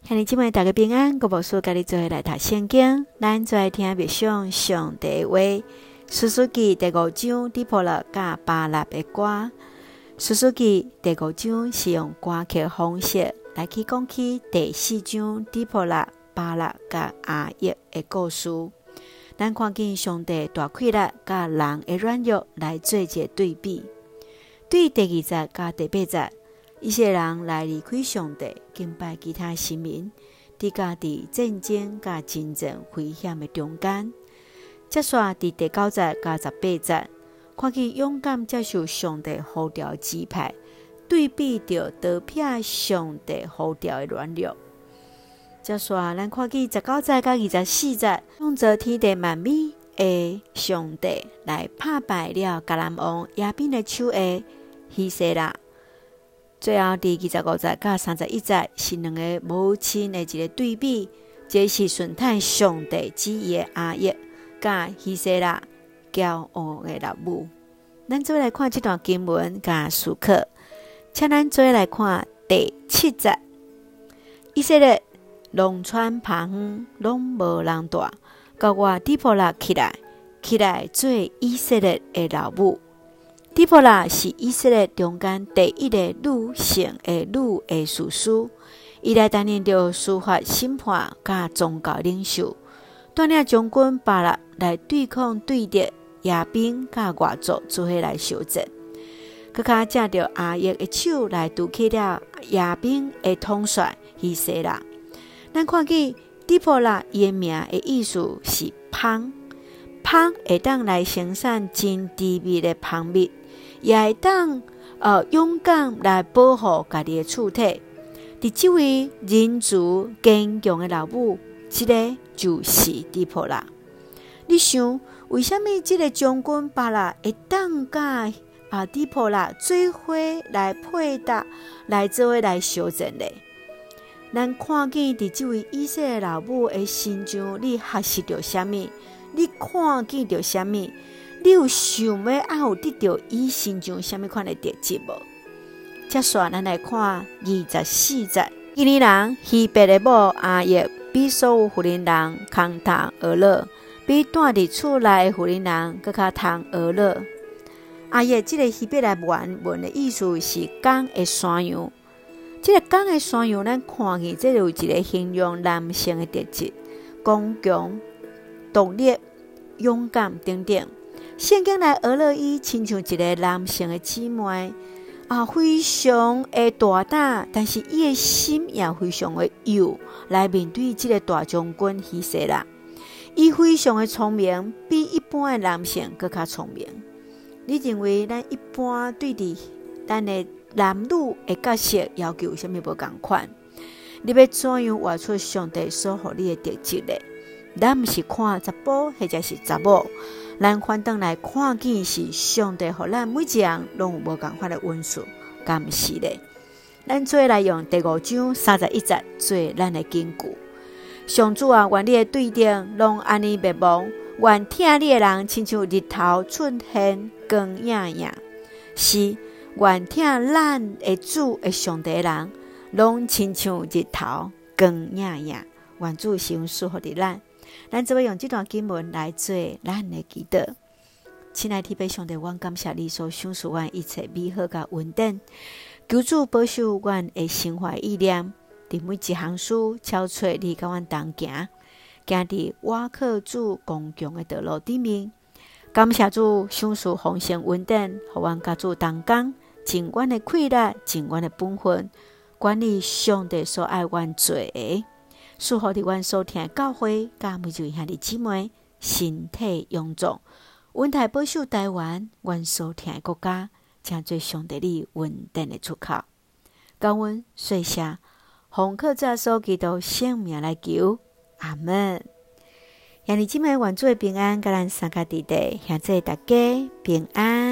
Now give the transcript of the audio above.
兄弟姊妹大家平安，我无事甲你做伙来读圣经，咱做来听默想上帝的话。士师记第5章底波拉甲巴拉的歌。士师记第5章是用歌曲方式来去讲起第4章底波拉、巴拉甲阿叶的故事。咱看见上帝大气力甲人的软弱来做一个对比。对第2节甲第8节，以色列人来离开上帝，敬拜其他神明，伫家伫战争甲真正危险的中间。接续伫第9节甲18节，看见勇敢接受上帝呼召指派，对比着刀片上帝呼召的软弱。接续咱看见19节甲24节，用着天地万美的上帝来打败了迦南王亚宾的手下希西拉。最后第25节甲31节是两个母亲的一个对比，这是顺太上帝旨意的阿叶甲希西拉骄傲的老母。咱做来看这段经文甲思考，请咱做来看第7节。以色列农村旁远，拢无人住，到我底波拉起来做以色列的老母。底波拉是以色列中间第一个女性的女的士师，伊来担任着司法审判甲宗教领袖，带领将军巴拉来对抗对敌亚宾甲外族做伙来修正，佮较借着阿叶的手来拄起了亚宾的统帅希西拉。咱看见底波拉伊的名的意思是芳会当来生产真甜蜜的芳蜜，也会当勇敢来保护家己的躯体。伫这位仁慈坚强的老母，这个就是底波拉。你想，为什么这个将军巴拉会当甲底波拉做伙来配搭，来做伙来修正呢？咱看见伫这位以色列老母的身上，你学习到什么？你看见到什么？你有想要有得到伊身上什么款的特质无？接续咱来看24节，基尼人希伯的某阿叶比所有妇人人空谈俄勒，比住伫厝内的妇人人更较谈俄勒。阿叶这个希伯来原文的意思是讲的山羊。这个讲的山羊，咱看见这有一个形容男性的特质：刚强、独立、勇敢等等。圣经来俄勒伊亲像一个男性的姊妹非常的大胆，但是伊的心也非常的幼，来面对这个大将军希西拉。伊非常的聪明，比一般的男性更加聪明。你认为咱一般对伫咱的男女的角色要求有啥物无同款？你要怎样活出上帝所予你的特质呢？咱毋是看查甫或者是查某，咱反倒来看见是上帝予咱每一样拢有无同款的恩赐，敢毋是咧？咱做来用第5章31节做咱的根据。上主啊，愿你的对顶拢安尼灭亡，愿听你的人亲像日头出现光映映。是，愿听咱的主的上帝的人，拢亲像日头光映映。愿主赏赐福伫咱。咱做要用这段经文来做咱的祈祷。亲爱的天父上帝，阮感谢你所赏赐阮一切美好甲稳定，求主保守阮的心怀意念，伫每一项事超出你甲阮同行，行伫我靠主刚强的道路顶面。感谢主赏赐丰盛稳定，互阮甲主同工，尽阮的气力，尽阮的本分，管理上帝所爱阮做的。祝福伫阮所听的教会，甲每一位兄弟姊妹身体勇壮，稳泰保守台湾，阮所听的国家，成做上帝你稳定的出口。感恩谢谢，奉靠主耶稣基督圣名来求，阿门。兄弟姊妹，愿主的平安，甲咱三脚伫地，向做大家平安。